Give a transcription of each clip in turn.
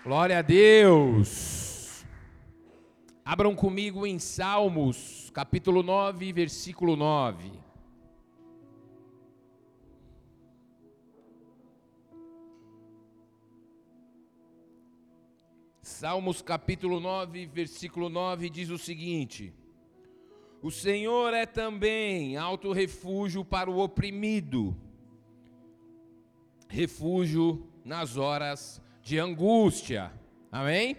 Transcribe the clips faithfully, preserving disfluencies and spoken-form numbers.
Glória a Deus. Abram comigo em Salmos, capítulo nove, versículo nove. Salmos, capítulo nove, versículo nove, diz o seguinte: O Senhor é também alto refúgio para o oprimido, refúgio nas horas de angústia. Amém?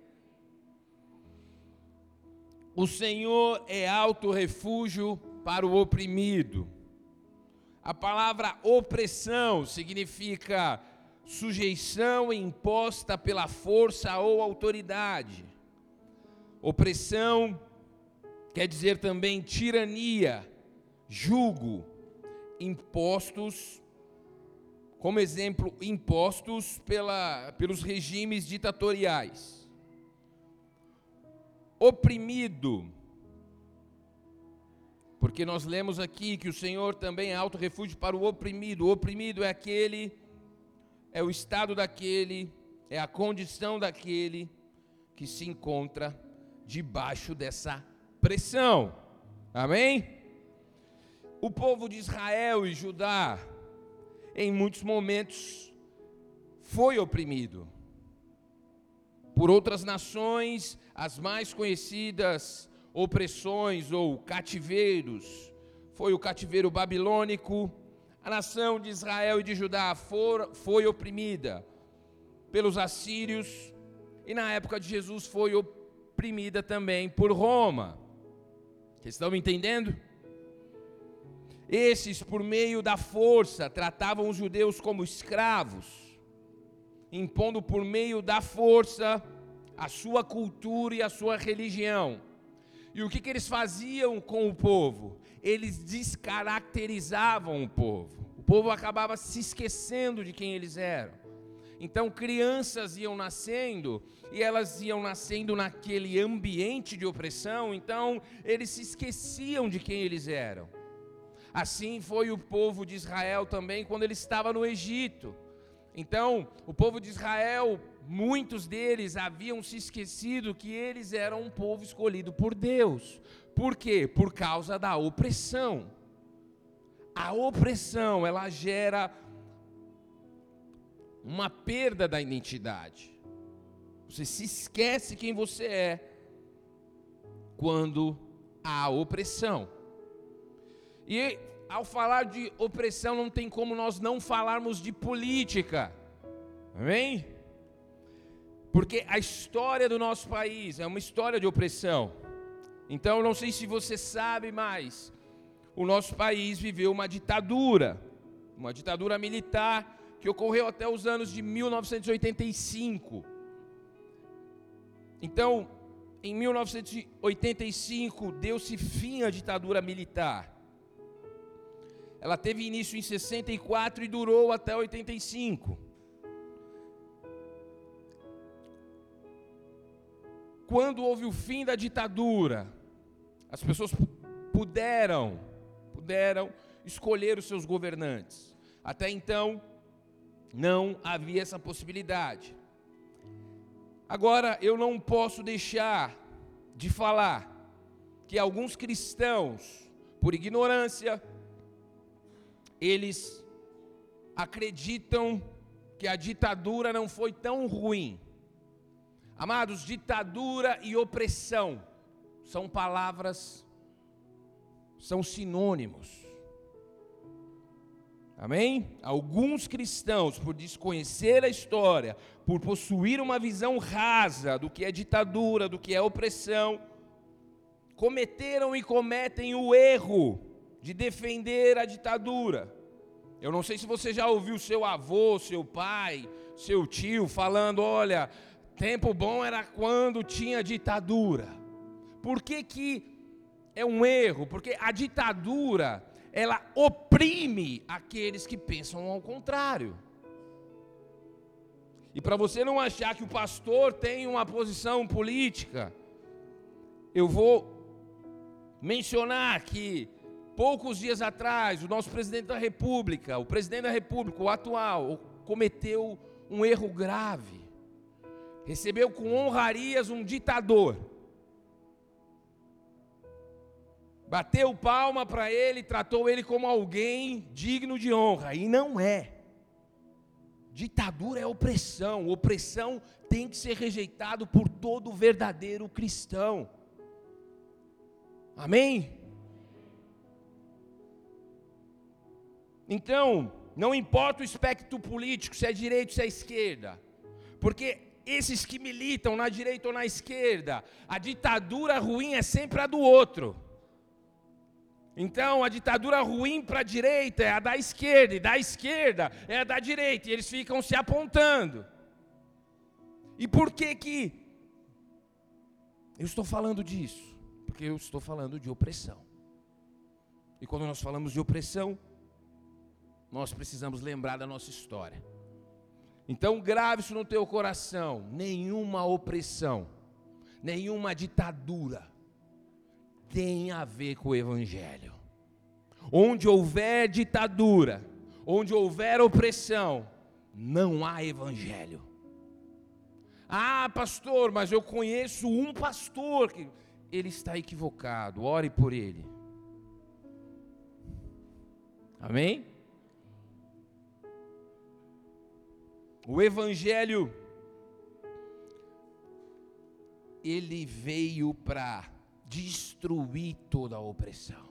O Senhor é alto refúgio para o oprimido. A palavra opressão significa sujeição imposta pela força ou autoridade. Opressão quer dizer também tirania, jugo, impostos, como exemplo, impostos pela, pelos regimes ditatoriais. Oprimido, porque nós lemos aqui que o Senhor também é alto refúgio para o oprimido. O oprimido é aquele, é o estado daquele, é a condição daquele que se encontra debaixo dessa pressão. Amém? O povo de Israel e Judá, em muitos momentos, foi oprimido por outras nações. As mais conhecidas opressões ou cativeiros foi o cativeiro babilônico. A nação de Israel e de Judá for, foi oprimida pelos assírios, e na época de Jesus foi oprimida também por Roma. Vocês estão me entendendo? Esses, por meio da força, tratavam os judeus como escravos, impondo por meio da força a sua cultura e a sua religião. E o que, que eles faziam com o povo? Eles descaracterizavam o povo. O povo acabava se esquecendo de quem eles eram. Então crianças iam nascendo, e elas iam nascendo naquele ambiente de opressão, então eles se esqueciam de quem eles eram. Assim foi o povo de Israel também quando ele estava no Egito. Então, o povo de Israel, muitos deles haviam se esquecido que eles eram um povo escolhido por Deus. Por quê? Por causa da opressão. A opressão, ela gera uma perda da identidade. Você se esquece quem você é quando há opressão. E ao falar de opressão, não tem como nós não falarmos de política. Amém? Porque a história do nosso país é uma história de opressão. Então, não sei se você sabe, mas o nosso país viveu uma ditadura, uma ditadura militar que ocorreu até os anos de mil novecentos e oitenta e cinco. Então, em mil novecentos e oitenta e cinco, deu-se fim à ditadura militar. Ela teve início em sessenta e quatro e durou até oitenta e cinco. Quando houve o fim da ditadura, as pessoas puderam, puderam escolher os seus governantes. Até então, não havia essa possibilidade. Agora, eu não posso deixar de falar que alguns cristãos, por ignorância, eles acreditam que a ditadura não foi tão ruim. Amados, ditadura e opressão são palavras, são sinônimos. Amém? Alguns cristãos, por desconhecer a história, por possuir uma visão rasa do que é ditadura, do que é opressão, cometeram e cometem o erro de defender a ditadura. Eu não sei se você já ouviu seu avô, seu pai, seu tio falando: olha, tempo bom era quando tinha ditadura. Por que que é um erro? Porque a ditadura, ela oprime aqueles que pensam ao contrário. E para você não achar que o pastor tem uma posição política, eu vou mencionar que poucos dias atrás, o nosso presidente da República, o presidente da República, o atual, cometeu um erro grave. recebeu com honrarias um ditador. Bateu palma para ele, tratou ele como alguém digno de honra, e não é. Ditadura é opressão, opressão tem que ser rejeitado por todo verdadeiro cristão. Amém? Então, não importa o espectro político, se é direita ou se é esquerda, porque esses que militam na direita ou na esquerda, a ditadura ruim é sempre a do outro. Então, a ditadura ruim para a direita é a da esquerda, e da esquerda é a da direita, e eles ficam se apontando. E por que que eu estou falando disso? Porque eu estou falando de opressão. E quando nós falamos de opressão, nós precisamos lembrar da nossa história. Então, grave isso no teu coração: nenhuma opressão, nenhuma ditadura tem a ver com o Evangelho. Onde houver ditadura, onde houver opressão, não há Evangelho. Ah, pastor, mas eu conheço um pastor que ele está equivocado, ore por ele. Amém? O Evangelho, ele veio para destruir toda a opressão.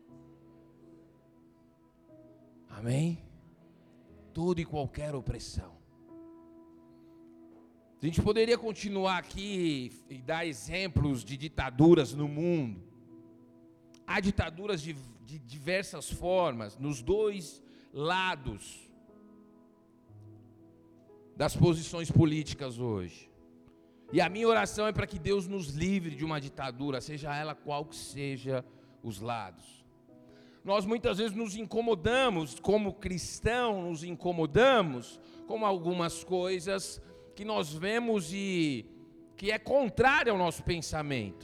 Amém? Toda e qualquer opressão. A gente poderia continuar aqui e dar exemplos de ditaduras no mundo. Há ditaduras de, de diversas formas, nos dois lados das posições políticas hoje. E a minha oração é para que Deus nos livre de uma ditadura, seja ela qual que seja os lados. Nós muitas vezes nos incomodamos, como cristãos, nos incomodamos com algumas coisas que nós vemos e que é contrária ao nosso pensamento.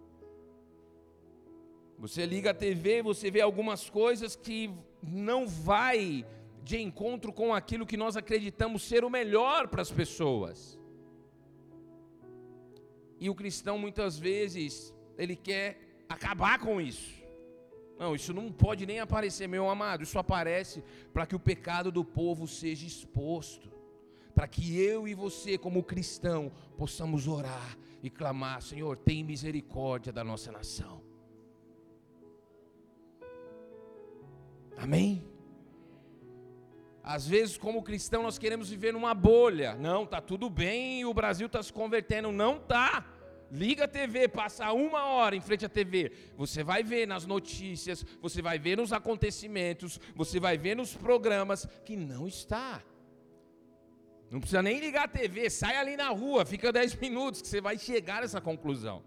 Você liga a T V e você vê algumas coisas que não vai de encontro com aquilo que nós acreditamos ser o melhor para as pessoas. E o cristão muitas vezes, ele quer acabar com isso. Não, isso não pode nem aparecer, meu amado. Isso aparece para que o pecado do povo seja exposto, para que eu e você, como cristão, possamos orar e clamar: Senhor, tem misericórdia da nossa nação. Amém? Às vezes, como cristão, nós queremos viver numa bolha. Não, está tudo bem, o Brasil está se convertendo. Não está. Liga a T V, passa uma hora em frente à T V. Você vai ver nas notícias, você vai ver nos acontecimentos, você vai ver nos programas que não está. Não precisa nem ligar a T V, sai ali na rua, fica dez minutos que você vai chegar a essa conclusão.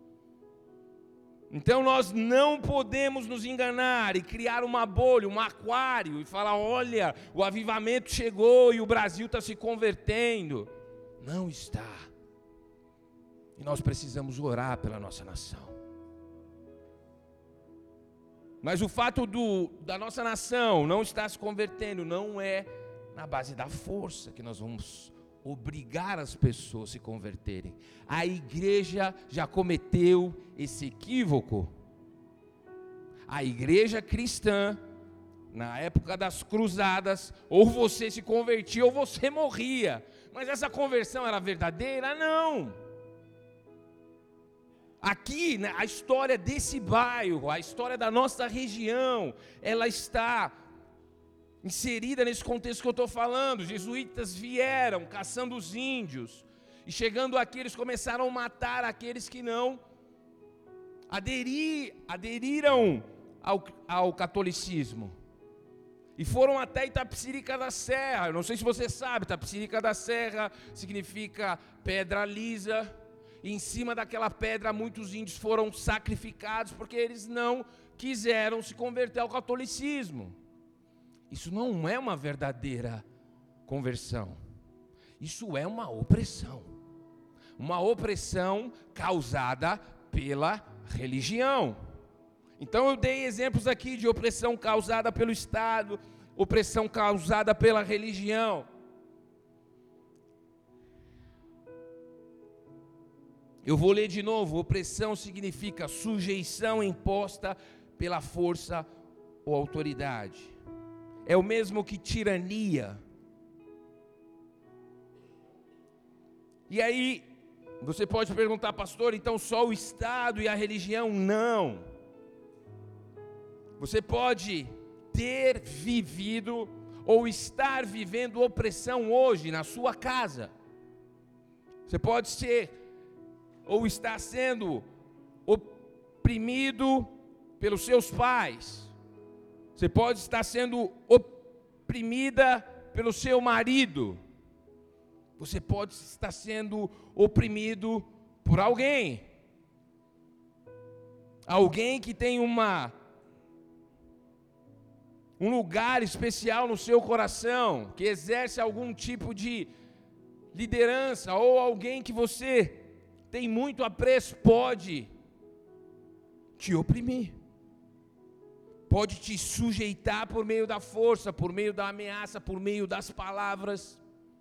Então nós não podemos nos enganar e criar uma bolha, um aquário e falar: olha, o avivamento chegou e o Brasil está se convertendo. Não está. E nós precisamos orar pela nossa nação. Mas o fato do, da nossa nação não estar se convertendo não é na base da força que nós vamos obrigar as pessoas a se converterem. A igreja já cometeu esse equívoco. A igreja cristã, na época das cruzadas, ou você se convertia ou você morria. Mas essa conversão era verdadeira? Não. Aqui, né, a história desse bairro, a história da nossa região, ela está inserida nesse contexto que eu estou falando. Os jesuítas vieram caçando os índios, e chegando aqui eles começaram a matar aqueles que não aderir, aderiram ao, ao catolicismo. E foram até Itapecerica da Serra. Eu não sei se você sabe, Itapecerica da Serra significa pedra lisa. E em cima daquela pedra muitos índios foram sacrificados porque eles não quiseram se converter ao catolicismo. Isso não é uma verdadeira conversão. Isso é uma opressão. Uma opressão causada pela religião. Então eu dei exemplos aqui de opressão causada pelo Estado, opressão causada pela religião. Eu vou ler de novo. Opressão significa sujeição imposta pela força ou autoridade. É o mesmo que tirania. E aí, você pode perguntar, pastor, então só o Estado e a religião? Não. Você pode ter vivido ou estar vivendo opressão hoje na sua casa. Você pode ser ou estar sendo oprimido pelos seus pais. Você pode estar sendo oprimida pelo seu marido. Você pode estar sendo oprimido por alguém. Alguém que tem uma um lugar especial no seu coração, que exerce algum tipo de liderança, ou alguém que você tem muito apreço, pode te oprimir. Pode te sujeitar por meio da força, por meio da ameaça, por meio das palavras.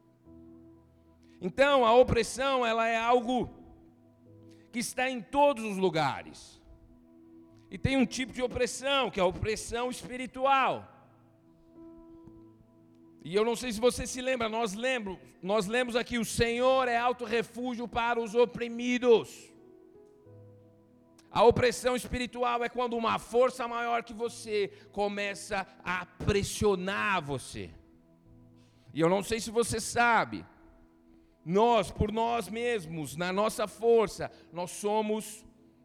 Então, a opressão, ela é algo que está em todos os lugares. E tem um tipo de opressão, que é a opressão espiritual. E eu não sei se você se lembra, nós lemos, nós lemos aqui, o Senhor é alto refúgio para os oprimidos. A opressão espiritual é quando uma força maior que você começa a pressionar você. E eu não sei se você sabe, nós, por nós mesmos, na nossa força, nós somos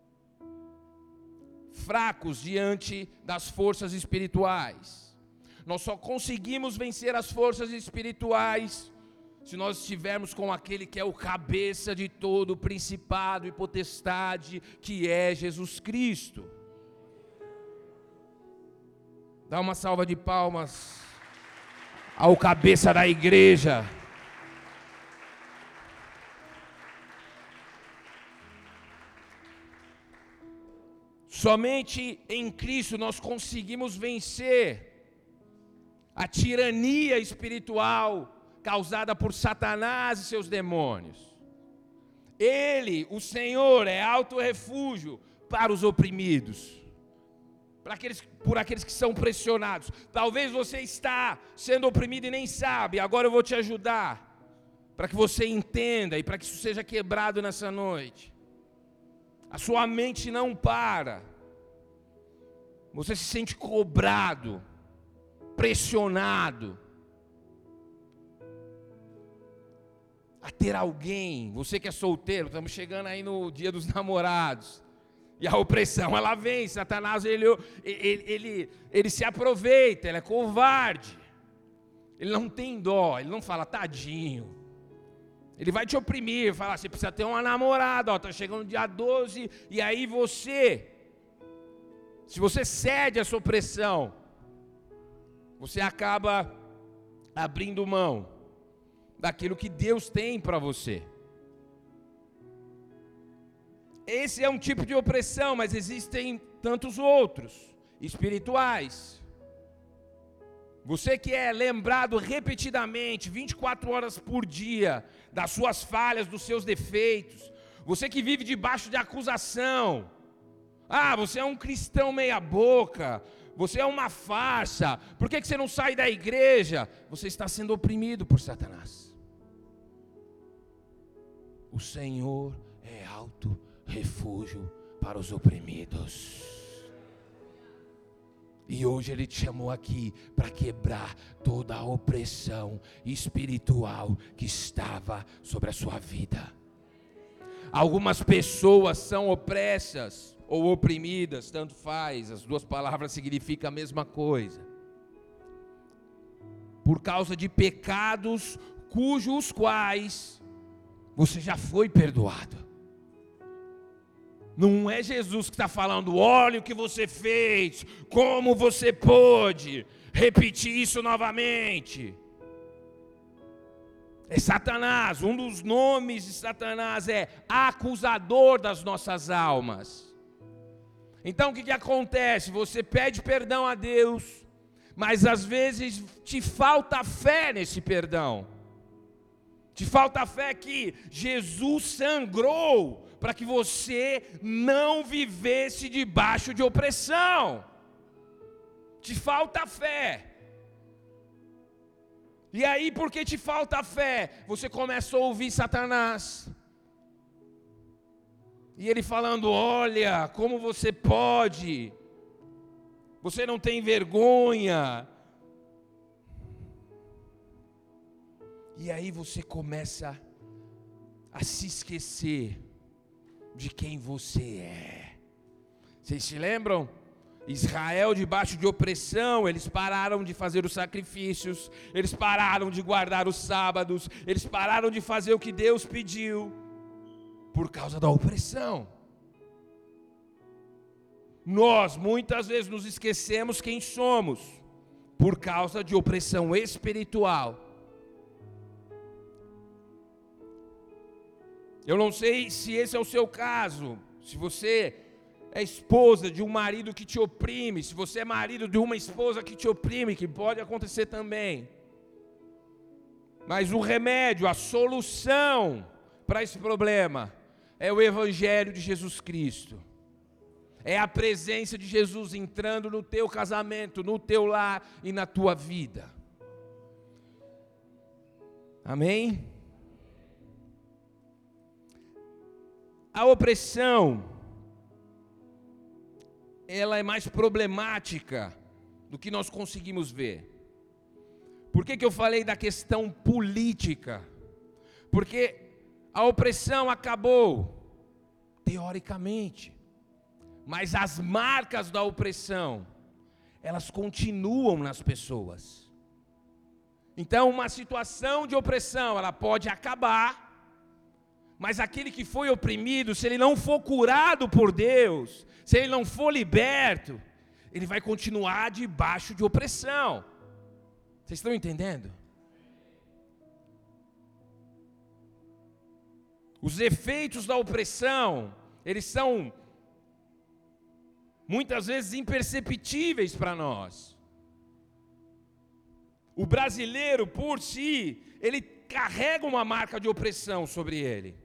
fracos diante das forças espirituais. Nós só conseguimos vencer as forças espirituais se nós estivermos com aquele que é o cabeça de todo o principado e potestade, que é Jesus Cristo. Dá uma salva de palmas ao cabeça da igreja. Somente em Cristo nós conseguimos vencer a tirania espiritual causada por Satanás e seus demônios. Ele, o Senhor, é alto refúgio para os oprimidos, para aqueles, por aqueles que são pressionados. Talvez você está sendo oprimido e nem sabe. Agora eu vou te ajudar, para que você entenda e para que isso seja quebrado nessa noite. A sua mente não para. Você se sente cobrado, pressionado a ter alguém. Você que é solteiro, estamos chegando aí no dia dos namorados, e a opressão, ela vem. Satanás, ele, ele, ele, ele se aproveita, ele é covarde, ele não tem dó, ele não fala, tadinho. Ele vai te oprimir, falar, você precisa ter uma namorada, ó, tá chegando dia doze, e aí você, se você cede a essa opressão, você acaba abrindo mão daquilo que Deus tem para você. Esse é um tipo de opressão, mas existem tantos outros, espirituais. Você que é lembrado repetidamente, vinte e quatro horas por dia, das suas falhas, dos seus defeitos. Você que vive debaixo de acusação. Ah, você é um cristão meia boca. Você é uma farsa. Por que que você não sai da igreja? Você está sendo oprimido por Satanás. O Senhor é alto refúgio para os oprimidos. E hoje Ele te chamou aqui para quebrar toda a opressão espiritual que estava sobre a sua vida. Algumas pessoas são opressas ou oprimidas, tanto faz, as duas palavras significam a mesma coisa, por causa de pecados cujos quais você já foi perdoado. Não é Jesus que está falando, olha o que você fez, como você pôde repetir isso novamente. É Satanás. Um dos nomes de Satanás é acusador das nossas almas. Então o que, que acontece? Você pede perdão a Deus, mas às vezes te falta fé nesse perdão. Te falta fé que Jesus sangrou para que você não vivesse debaixo de opressão. Te falta fé. E aí, porque te falta fé, você começa a ouvir Satanás. E ele falando: olha, como você pode? Você não tem vergonha. E aí você começa a se esquecer de quem você é. Vocês se lembram? Israel debaixo de opressão, eles pararam de fazer os sacrifícios, eles pararam de guardar os sábados, eles pararam de fazer o que Deus pediu, por causa da opressão. Nós muitas vezes nos esquecemos quem somos, por causa de opressão espiritual. Eu não sei se esse é o seu caso, se você é esposa de um marido que te oprime, se você é marido de uma esposa que te oprime, que pode acontecer também. Mas o remédio, a solução para esse problema é o Evangelho de Jesus Cristo. É a presença de Jesus entrando no teu casamento, no teu lar e na tua vida. Amém? A opressão, ela é mais problemática do que nós conseguimos ver. Por que que eu falei da questão política? Porque a opressão acabou, teoricamente, mas as marcas da opressão, elas continuam nas pessoas. Então, uma situação de opressão, ela pode acabar, mas aquele que foi oprimido, se ele não for curado por Deus, se ele não for liberto, ele vai continuar debaixo de opressão. Vocês estão entendendo? Os efeitos da opressão, eles são muitas vezes imperceptíveis para nós. O brasileiro, por si, ele carrega uma marca de opressão sobre ele.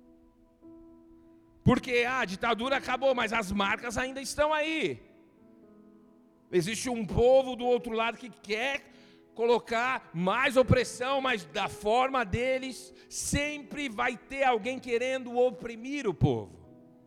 Porque a ditadura acabou, mas as marcas ainda estão aí. Existe um povo do outro lado que quer colocar mais opressão, mas da forma deles, sempre vai ter alguém querendo oprimir o povo.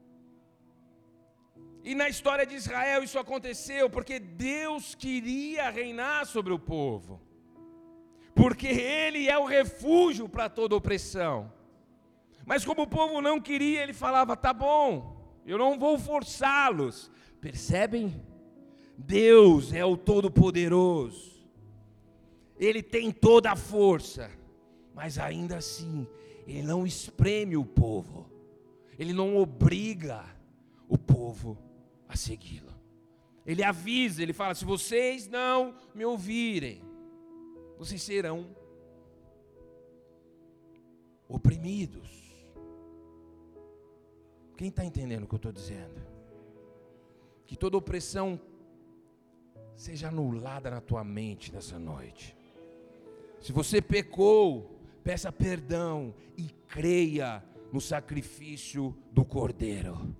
E na história de Israel isso aconteceu porque Deus queria reinar sobre o povo. Porque Ele é o refúgio para toda opressão. Mas como o povo não queria, Ele falava: tá bom, eu não vou forçá-los. Percebem? Deus é o Todo-Poderoso. Ele tem toda a força. Mas ainda assim, Ele não espreme o povo. Ele não obriga o povo a segui-lo. Ele avisa, Ele fala: se vocês não me ouvirem, vocês serão oprimidos. Quem está entendendo o que eu estou dizendo? Que toda opressão seja anulada na tua mente nessa noite. Se você pecou, peça perdão e creia no sacrifício do Cordeiro.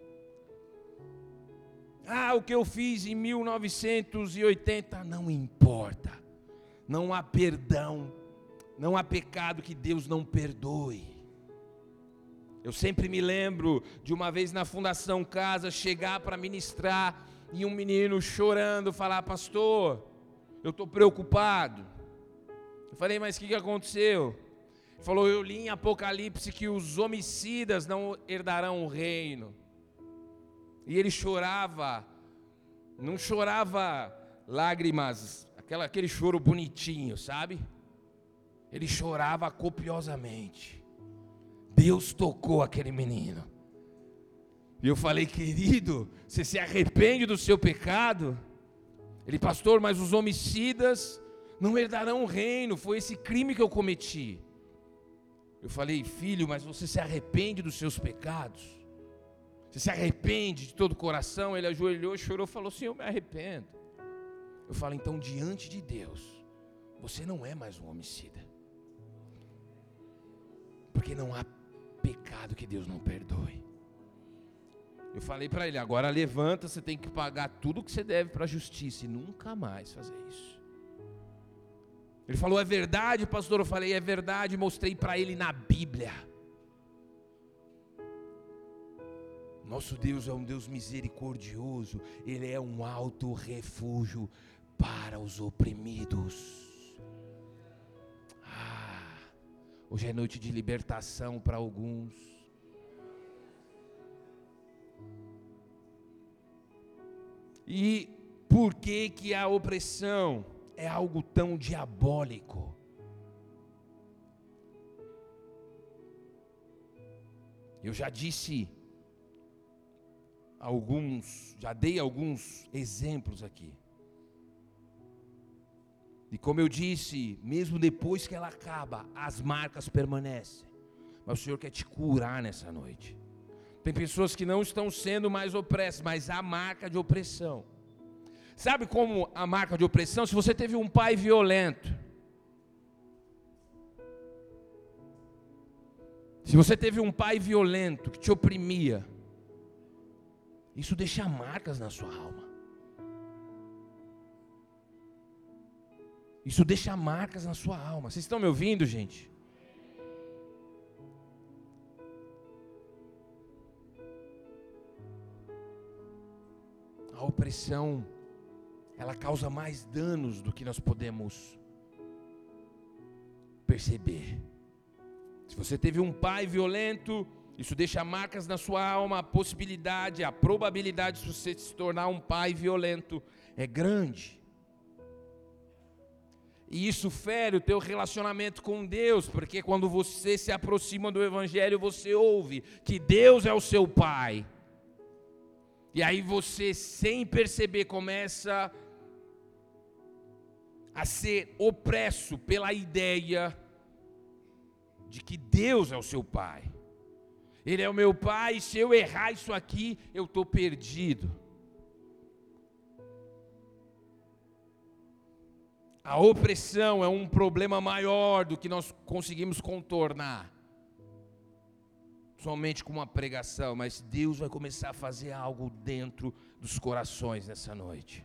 Ah, o que eu fiz em mil novecentos e oitenta, não importa. Não há perdão, não há pecado que Deus não perdoe. Eu sempre me lembro de uma vez na Fundação Casa, chegar para ministrar e um menino chorando, falar: pastor, eu estou preocupado. Eu falei: mas o que, que aconteceu? Ele falou: eu li em Apocalipse que os homicidas não herdarão o reino. E ele chorava, não chorava lágrimas, aquela, aquele choro bonitinho, sabe? Ele chorava copiosamente. Deus tocou aquele menino. E eu falei: querido, você se arrepende do seu pecado? Ele: pastor, mas os homicidas não herdarão o reino, foi esse crime que eu cometi. Eu falei: filho, mas você se arrepende dos seus pecados? Você se arrepende de todo o coração? Ele ajoelhou, chorou, falou: sim, eu me arrependo. Eu falei: então, diante de Deus, você não é mais um homicida. Porque não há pecado que Deus não perdoe. Eu falei para ele, agora levanta, você tem que pagar tudo que você deve para a justiça e nunca mais fazer isso. Ele falou, é verdade, pastor? Eu falei, é verdade, mostrei para ele na Bíblia. Nosso Deus é um Deus misericordioso, Ele é um alto refúgio para os oprimidos. Ah, hoje é noite de libertação para alguns. E por que que a opressão é algo tão diabólico? Eu já disse alguns, já dei alguns exemplos aqui. E como eu disse, mesmo depois que ela acaba, as marcas permanecem. Mas o Senhor quer te curar nessa noite. Tem pessoas que não estão sendo mais opressas, mas há marca de opressão. Sabe como a marca de opressão? Se você teve um pai violento, se você teve um pai violento que te oprimia, isso deixa marcas na sua alma. Isso deixa marcas na sua alma. Vocês estão me ouvindo, gente? A opressão, ela causa mais danos do que nós podemos perceber. Se você teve um pai violento, isso deixa marcas na sua alma. A possibilidade, a probabilidade de você se tornar um pai violento é grande. E isso fere o teu relacionamento com Deus, porque quando você se aproxima do Evangelho, você ouve que Deus é o seu pai. E aí você, sem perceber, começa a ser opresso pela ideia de que Deus é o seu pai. Ele é o meu pai, e se eu errar isso aqui, eu estou perdido. A opressão é um problema maior do que nós conseguimos contornar somente com uma pregação, mas Deus vai começar a fazer algo dentro dos corações nessa noite.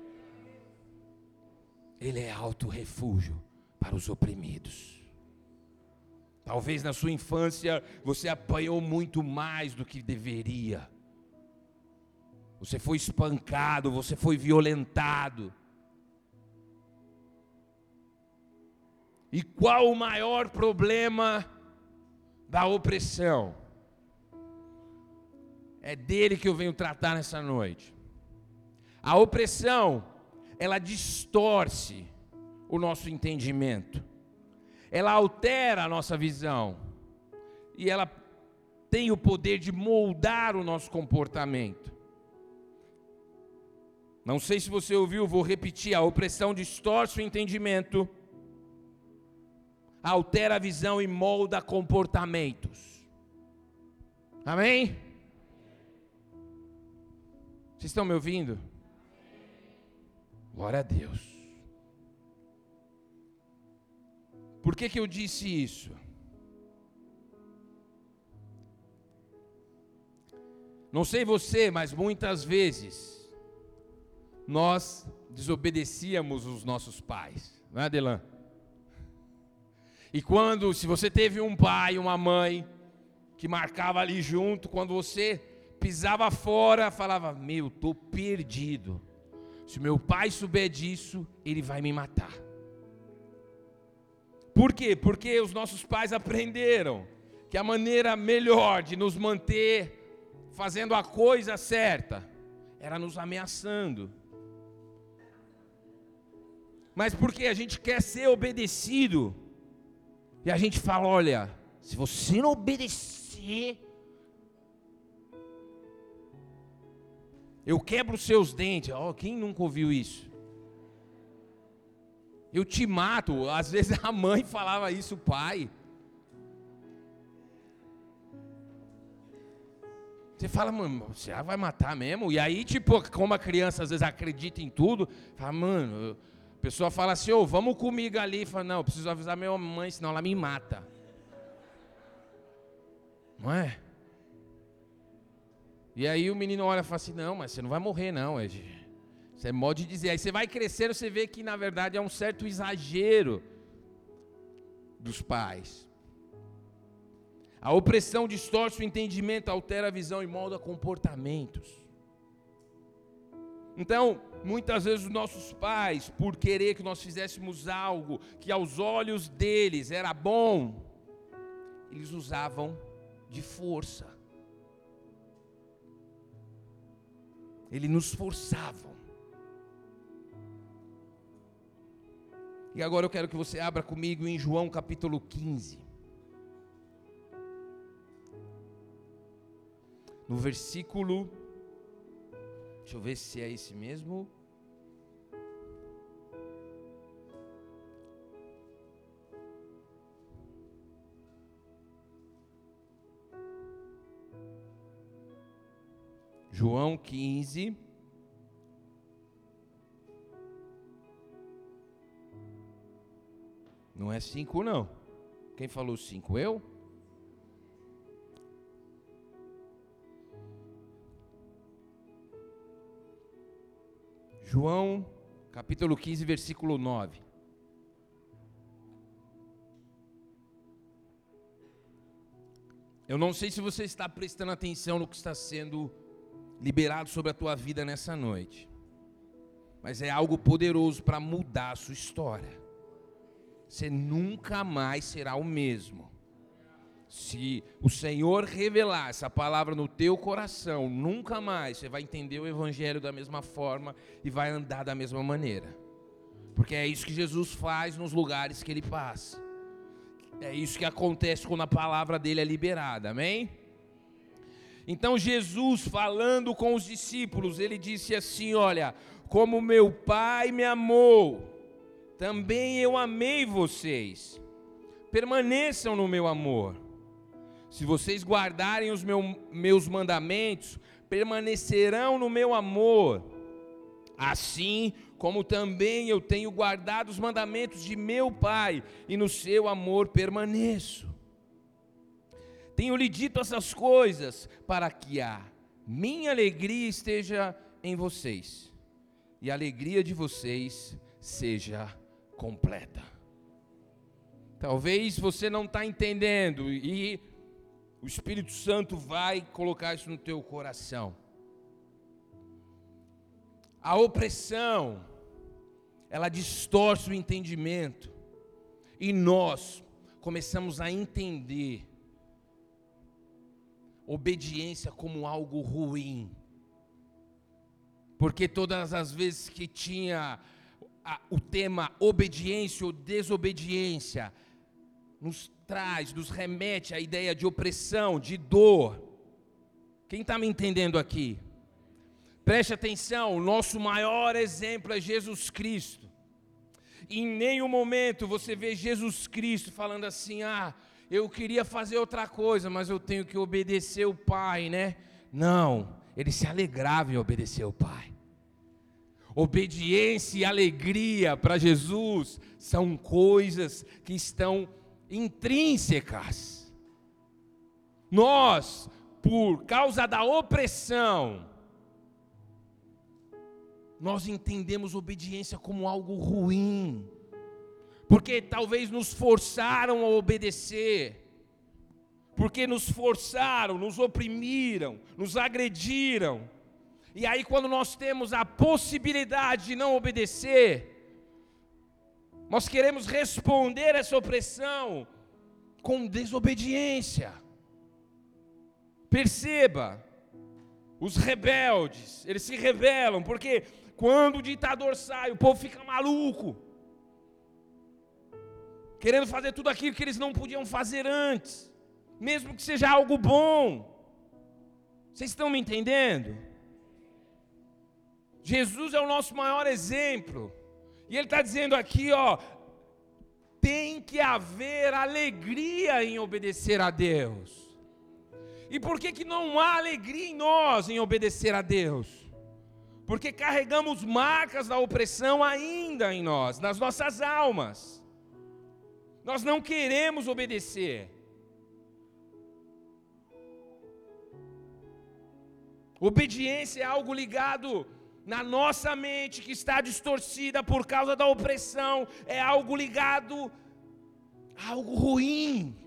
Ele é alto refúgio para os oprimidos. Talvez na sua infância você apanhou muito mais do que deveria. Você foi espancado, você foi violentado. E qual o maior problema da opressão? É dele que eu venho tratar nessa noite. A opressão, ela distorce o nosso entendimento. Ela altera a nossa visão. E ela tem o poder de moldar o nosso comportamento. Não sei se você ouviu, vou repetir. A opressão distorce o entendimento, altera a visão e molda comportamentos. Amém? Vocês estão me ouvindo? Glória a Deus. Por que que eu disse isso? Não sei você, mas muitas vezes nós desobedecíamos os nossos pais, não é, Adelan? E quando, se você teve um pai, uma mãe que marcava ali junto, quando você pisava fora, falava, meu, estou perdido. Se meu pai souber disso, ele vai me matar. Por quê? Porque os nossos pais aprenderam que a maneira melhor de nos manter fazendo a coisa certa era nos ameaçando. Mas porque a gente quer ser obedecido, e a gente fala, olha, se você não obedecer, eu quebro os seus dentes. Oh, quem nunca ouviu isso? Eu te mato. Às vezes a mãe falava isso, o pai. Você fala, mano, você vai matar mesmo? E aí, tipo, como a criança às vezes acredita em tudo, fala, mano, a pessoa fala assim, ô, oh, vamos comigo ali. Fala, não, eu preciso avisar minha mãe, senão ela me mata. Não é? E aí o menino olha e fala assim, não, mas você não vai morrer não, Ed. Isso é modo de dizer. Aí você vai crescendo, você vê que na verdade é um certo exagero dos pais. A opressão distorce o entendimento, altera a visão e molda comportamentos. Então, muitas vezes os nossos pais, por querer que nós fizéssemos algo que aos olhos deles era bom, eles usavam de força. Eles nos forçavam. E agora eu quero que você abra comigo em João capítulo quinze. No versículo, deixa eu ver se é esse mesmo. João quinze. Não é cinco não. Quem falou cinco? Eu? João, capítulo quinze, versículo nove. Eu não sei se você está prestando atenção no que está sendo liberado sobre a tua vida nessa noite, mas é algo poderoso para mudar a sua história. Você nunca mais será o mesmo. Se o Senhor revelar essa palavra no teu coração, nunca mais você vai entender o Evangelho da mesma forma e vai andar da mesma maneira. Porque é isso que Jesus faz nos lugares que Ele passa. É isso que acontece quando a palavra dele é liberada, amém? Então Jesus, falando com os discípulos, Ele disse assim, olha, como meu Pai me amou, também eu amei vocês. Permaneçam no meu amor. Se vocês guardarem os meu, meus mandamentos, permanecerão no meu amor. Assim como também eu tenho guardado os mandamentos de meu Pai, e no seu amor permaneço. Tenho-lhe dito essas coisas, para que a minha alegria esteja em vocês, e a alegria de vocês seja completa. Talvez você não está entendendo, e o Espírito Santo vai colocar isso no teu coração. A opressão, ela distorce o entendimento, e nós começamos a entender obediência como algo ruim, porque todas as vezes que tinha a, o tema obediência ou desobediência, nos traz, nos remete à ideia de opressão, de dor. Quem está me entendendo aqui? Preste atenção, o nosso maior exemplo é Jesus Cristo. Em nenhum momento você vê Jesus Cristo falando assim, ah, eu queria fazer outra coisa, mas eu tenho que obedecer o Pai, né? Não, ele se alegrava em obedecer o Pai. Obediência e alegria para Jesus são coisas que estão intrínsecas. Nós, por causa da opressão, nós entendemos obediência como algo ruim, porque talvez nos forçaram a obedecer, porque nos forçaram, nos oprimiram, nos agrediram, e aí quando nós temos a possibilidade de não obedecer, nós queremos responder essa opressão com desobediência. Perceba, os rebeldes, eles se rebelam, porque quando o ditador sai, o povo fica maluco, querendo fazer tudo aquilo que eles não podiam fazer antes, mesmo que seja algo bom. Vocês estão me entendendo? Jesus é o nosso maior exemplo, e Ele está dizendo aqui, ó, tem que haver alegria em obedecer a Deus. E por que que não há alegria em nós em obedecer a Deus? Porque carregamos marcas da opressão ainda em nós, nas nossas almas. Nós não queremos obedecer. Obediência é algo ligado na nossa mente que está distorcida por causa da opressão. É algo ligado a algo ruim.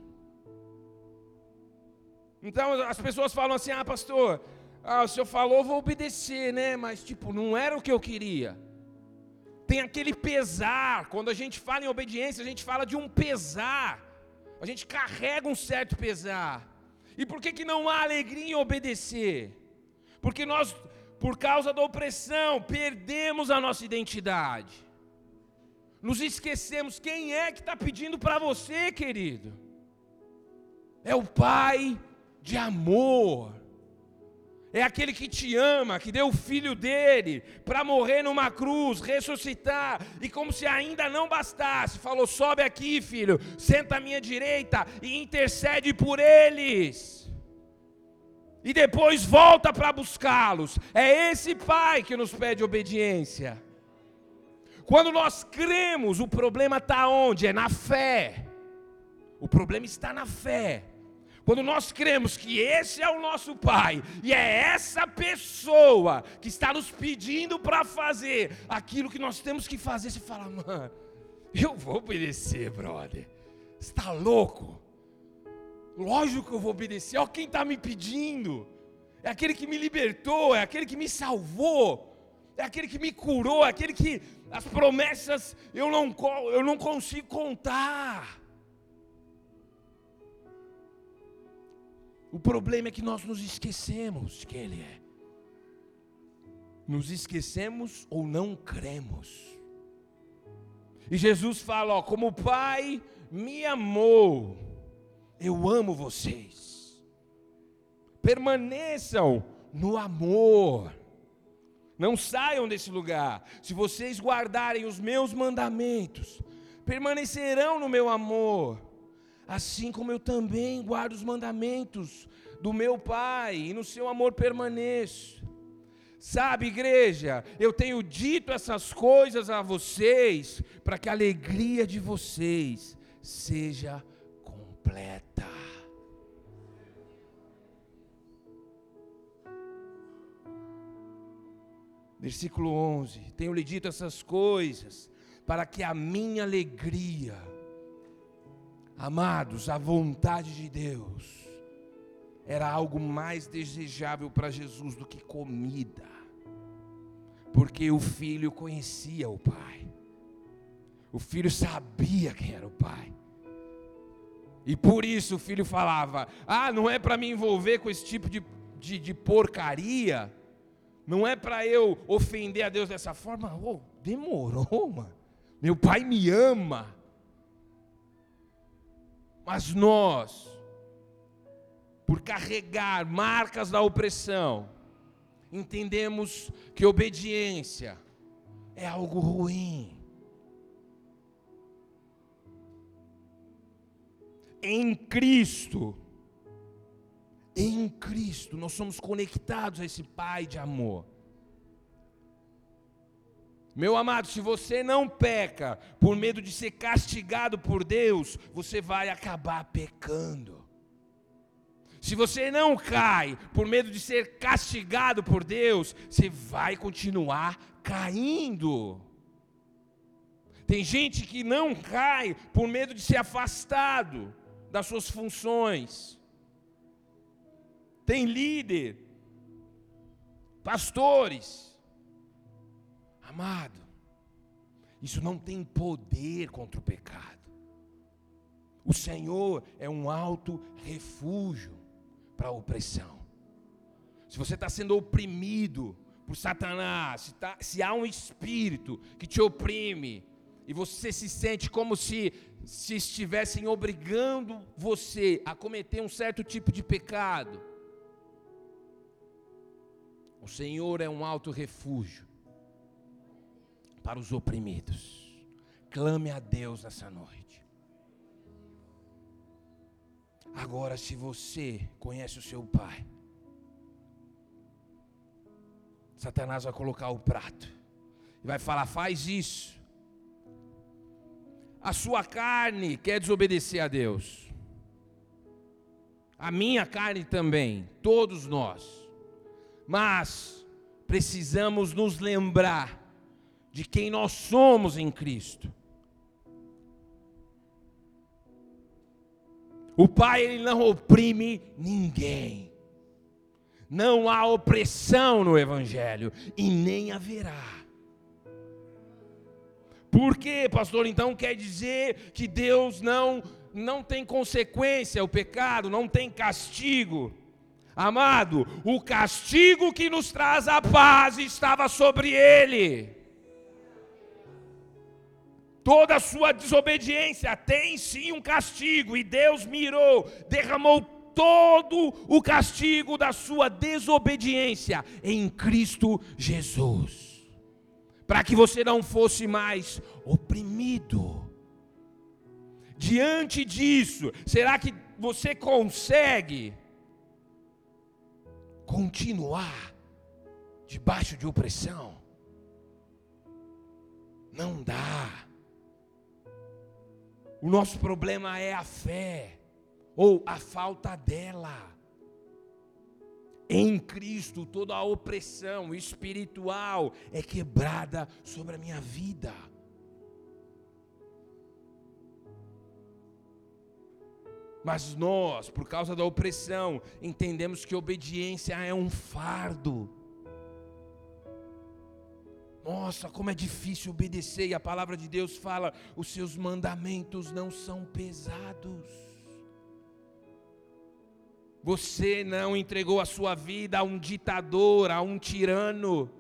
Então as pessoas falam assim: ah, pastor, ah, o senhor falou, vou obedecer, né? Mas tipo, não era o que eu queria. Tem aquele pesar. Quando a gente fala em obediência, a gente fala de um pesar. A gente carrega um certo pesar. E por que que não há alegria em obedecer? Porque nós, por causa da opressão, perdemos a nossa identidade. Nos esquecemos. Quem é que está pedindo para você, querido? É o Pai de amor. É aquele que te ama, que deu o filho dele para morrer numa cruz, ressuscitar, e como se ainda não bastasse, falou: sobe aqui, filho, senta à minha direita e intercede por eles. E depois volta para buscá-los. É esse Pai que nos pede obediência. Quando nós cremos, o problema está onde? É na fé. O problema está na fé. Quando nós cremos que esse é o nosso Pai, e é essa pessoa que está nos pedindo para fazer aquilo que nós temos que fazer, você fala: mano, eu vou obedecer, brother. Você está louco? Lógico que eu vou obedecer. Olha quem está me pedindo. É aquele que me libertou, é aquele que me salvou, é aquele que me curou, é aquele que as promessas eu não, eu não consigo contar. O problema é que nós nos esquecemos de quem Ele é. Nos esquecemos ou não cremos. E Jesus fala: ó, como o Pai me amou, eu amo vocês. Permaneçam no amor. Não saiam desse lugar. Se vocês guardarem os meus mandamentos, permanecerão no meu amor. Assim como eu também guardo os mandamentos do meu Pai, e no seu amor permaneço. Sabe, igreja, eu tenho dito essas coisas a vocês, para que a alegria de vocês seja completa. Versículo onze, tenho-lhe dito essas coisas, para que a minha alegria... Amados, a vontade de Deus era algo mais desejável para Jesus do que comida, porque o filho conhecia o Pai, o filho sabia quem era o Pai, e por isso o filho falava: ah, não é para me envolver com esse tipo de, de, de porcaria, não é para eu ofender a Deus dessa forma. Oh, demorou, mano, meu Pai me ama. Mas nós, por carregar marcas da opressão, entendemos que obediência é algo ruim. Em Cristo, em Cristo, nós somos conectados a esse Pai de amor. Meu amado, se você não peca por medo de ser castigado por Deus, você vai acabar pecando. Se você não cai por medo de ser castigado por Deus, você vai continuar caindo. Tem gente que não cai por medo de ser afastado das suas funções. Tem líder, pastores. Amado, isso não tem poder contra o pecado. O Senhor é um alto refúgio para a opressão. Se você está sendo oprimido por Satanás, se, tá, se há um espírito que te oprime, e você se sente como se, se estivessem obrigando você a cometer um certo tipo de pecado, o Senhor é um alto refúgio para os oprimidos. Clame a Deus nessa noite. Agora, se você conhece o seu Pai, Satanás vai colocar o prato e vai falar: faz isso. A sua carne quer desobedecer a Deus, a minha carne também, todos nós. Mas precisamos nos lembrar de quem nós somos em Cristo. O Pai, Ele não oprime ninguém. Não há opressão no Evangelho e nem haverá. Por quê, pastor? Então quer dizer que Deus não, não tem consequência, o pecado não tem castigo. Amado, o castigo que nos traz a paz estava sobre ele. Toda a sua desobediência tem sim um castigo, e Deus mirou, derramou todo o castigo da sua desobediência em Cristo Jesus, para que você não fosse mais oprimido. Diante disso, será que você consegue continuar debaixo de opressão? Não dá. O nosso problema é a fé, ou a falta dela. Em Cristo, toda a opressão espiritual é quebrada sobre a minha vida. Mas nós, por causa da opressão, entendemos que obediência é um fardo. Nossa, como é difícil obedecer, e a palavra de Deus fala: os seus mandamentos não são pesados. Você não entregou a sua vida a um ditador, a um tirano.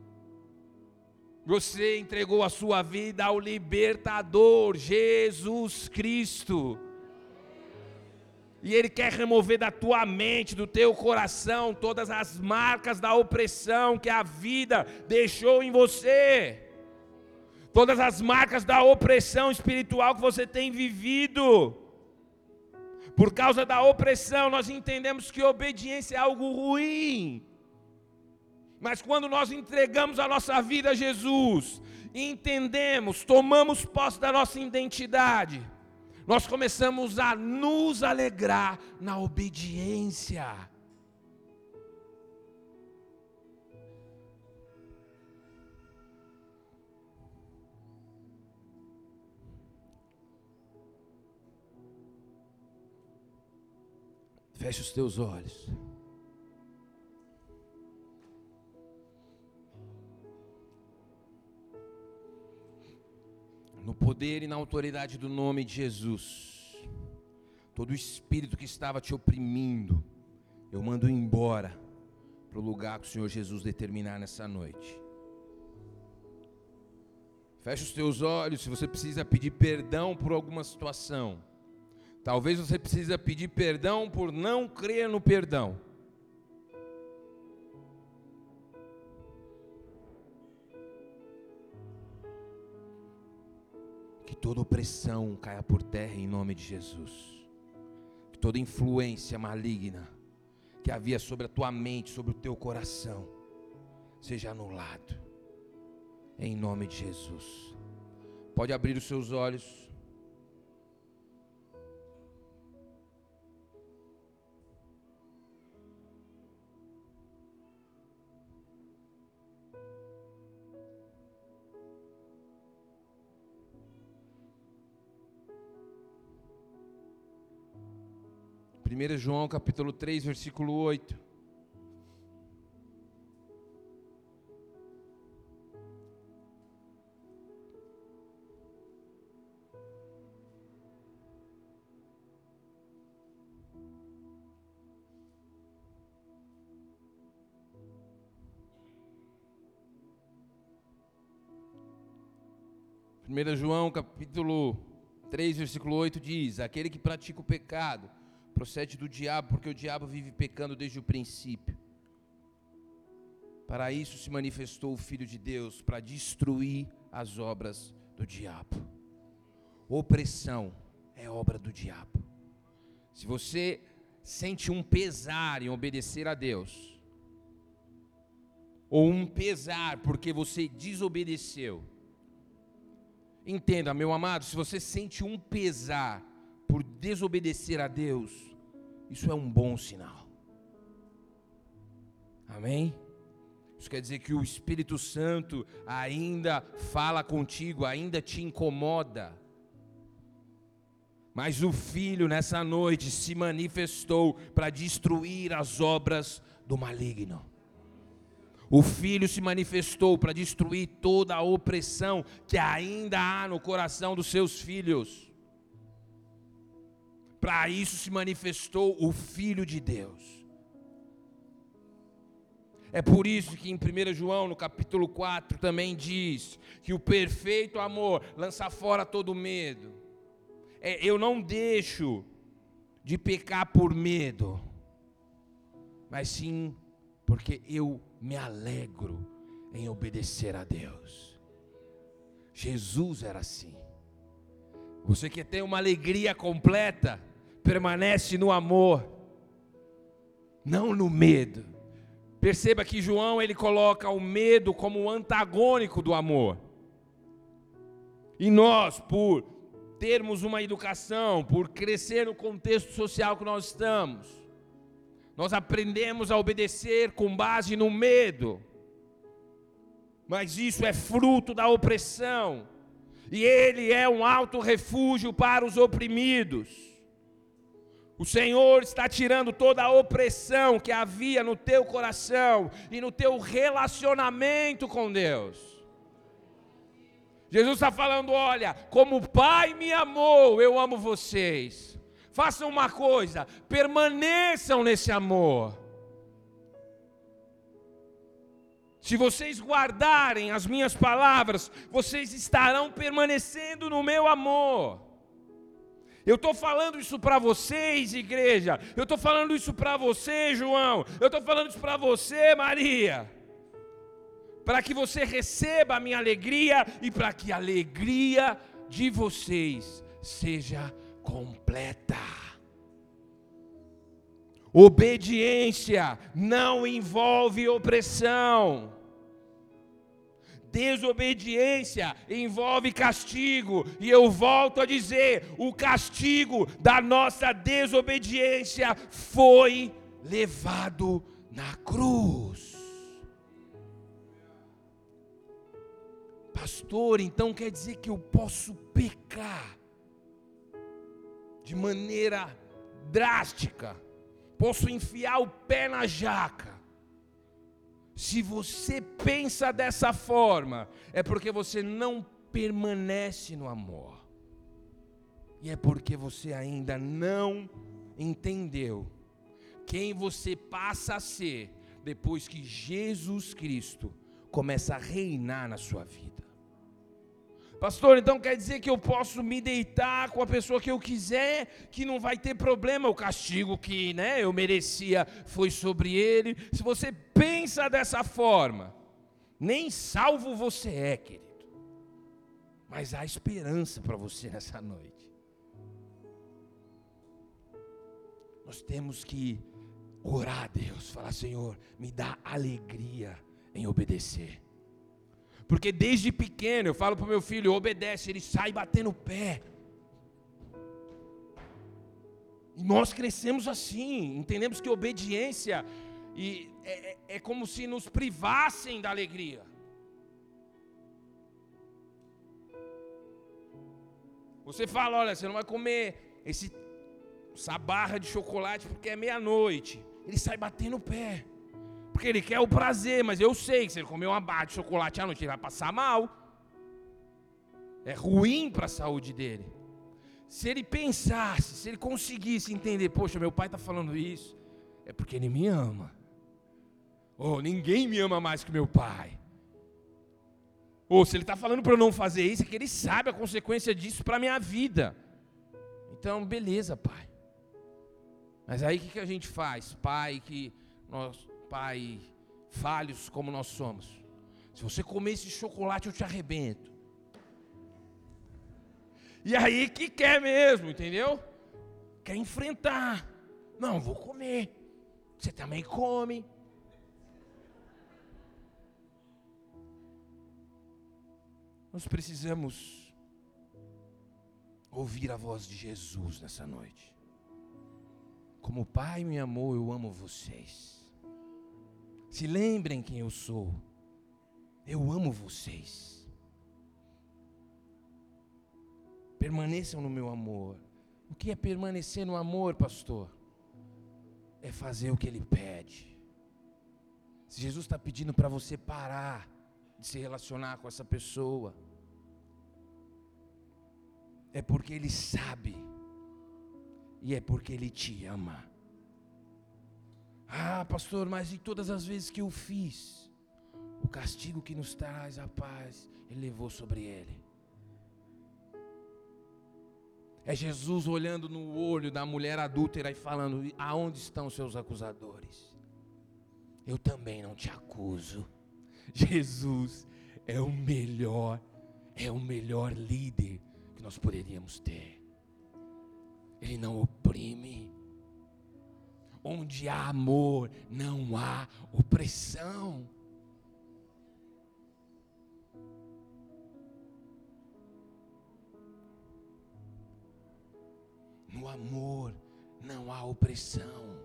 Você entregou a sua vida ao libertador, Jesus Cristo. E Ele quer remover da tua mente, do teu coração, todas as marcas da opressão que a vida deixou em você. Todas as marcas da opressão espiritual que você tem vivido. Por causa da opressão, nós entendemos que obediência é algo ruim. Mas quando nós entregamos a nossa vida a Jesus, entendemos, tomamos posse da nossa identidade, nós começamos a nos alegrar na obediência. Feche os teus olhos. No poder e na autoridade do nome de Jesus, todo espírito que estava te oprimindo, eu mando embora para o lugar que o Senhor Jesus determinar nessa noite. Feche os teus olhos. Se você precisa pedir perdão por alguma situação, talvez você precise pedir perdão por não crer no perdão. Que toda opressão caia por terra em nome de Jesus. Que toda influência maligna que havia sobre a tua mente, sobre o teu coração, seja anulado em nome de Jesus. Pode abrir os seus olhos. primeiro João capítulo três, versículo oito. primeiro João capítulo três, versículo oito diz: aquele que pratica o pecado procede do diabo, porque o diabo vive pecando desde o princípio. Para isso se manifestou o Filho de Deus, para destruir as obras do diabo. Opressão é obra do diabo. Se você sente um pesar em obedecer a Deus, ou um pesar porque você desobedeceu, entenda, meu amado, se você sente um pesar por desobedecer a Deus, isso é um bom sinal. Amém? Isso quer dizer que o Espírito Santo ainda fala contigo, ainda te incomoda. Mas o Filho nessa noite se manifestou para destruir as obras do maligno. O Filho se manifestou para destruir toda a opressão que ainda há no coração dos seus filhos. Para isso se manifestou o Filho de Deus. É por isso que em primeiro João, no capítulo quatro, também diz que o perfeito amor lança fora todo medo. É, eu não deixo de pecar por medo, mas sim porque eu me alegro em obedecer a Deus. Jesus era assim. Você quer ter uma alegria completa? Permanece no amor, não no medo. Perceba que João ele coloca o medo como o antagônico do amor. E nós, por termos uma educação, por crescer no contexto social que nós estamos, nós aprendemos a obedecer com base no medo. Mas isso é fruto da opressão. E ele é um alto refúgio para os oprimidos. O Senhor está tirando toda a opressão que havia no teu coração e no teu relacionamento com Deus. Jesus está falando, olha, como o Pai me amou, eu amo vocês. Façam uma coisa, permaneçam nesse amor. Se vocês guardarem as minhas palavras, vocês estarão permanecendo no meu amor. Eu estou falando isso para vocês, igreja. Eu estou falando isso para você, João. Eu estou falando isso para você, Maria. Para que você receba a minha alegria e para que a alegria de vocês seja completa. Obediência não envolve opressão. Desobediência envolve castigo, e eu volto a dizer, o castigo da nossa desobediência foi levado na cruz. Pastor, então quer dizer que eu posso pecar de maneira drástica, posso enfiar o pé na jaca? Se você pensa dessa forma, é porque você não permanece no amor. E é porque você ainda não entendeu quem você passa a ser depois que Jesus Cristo começa a reinar na sua vida. Pastor, então quer dizer que eu posso me deitar com a pessoa que eu quiser, que não vai ter problema, o castigo que, né, eu merecia foi sobre ele. Se você pensa dessa forma, nem salvo você é, querido. Mas há esperança para você nessa noite. Nós temos que orar a Deus, falar, Senhor, me dá alegria em obedecer. Porque desde pequeno eu falo para o meu filho, obedece, ele sai batendo o pé. E nós crescemos assim, entendemos que obediência e é, é, é como se nos privassem da alegria. Você fala, olha, você não vai comer esse, essa barra de chocolate porque é meia-noite. Ele sai batendo o pé. Porque ele quer o prazer, mas eu sei que se ele comer uma barra de chocolate à noite, ele vai passar mal. É ruim para a saúde dele. Se ele pensasse, se ele conseguisse entender, poxa, meu pai está falando isso, é porque ele me ama. Ou oh, ninguém me ama mais que meu pai. Ou oh, se ele está falando para eu não fazer isso, é que ele sabe a consequência disso para a minha vida. Então, beleza, pai. Mas aí o que, que a gente faz? Pai que nós... Pai, falhos como nós somos. Se você comer esse chocolate, eu te arrebento. E aí que quer mesmo, entendeu? Quer enfrentar. Não, vou comer. Você também come. Nós precisamos ouvir a voz de Jesus nessa noite. Como o Pai me amou, eu amo vocês. Se lembrem quem eu sou. Eu amo vocês. Permaneçam no meu amor. O que é permanecer no amor, pastor? É fazer o que Ele pede. Se Jesus está pedindo para você parar de se relacionar com essa pessoa, é porque Ele sabe, e é porque Ele te ama. Ah, pastor, mas e todas as vezes que eu fiz, o castigo que nos traz a paz, Ele levou sobre Ele. É Jesus olhando no olho da mulher adúltera e falando: aonde estão seus acusadores? Eu também não te acuso. Jesus é o melhor, é o melhor líder que nós poderíamos ter. Ele não oprime. Onde há amor, não há opressão. No amor não há opressão.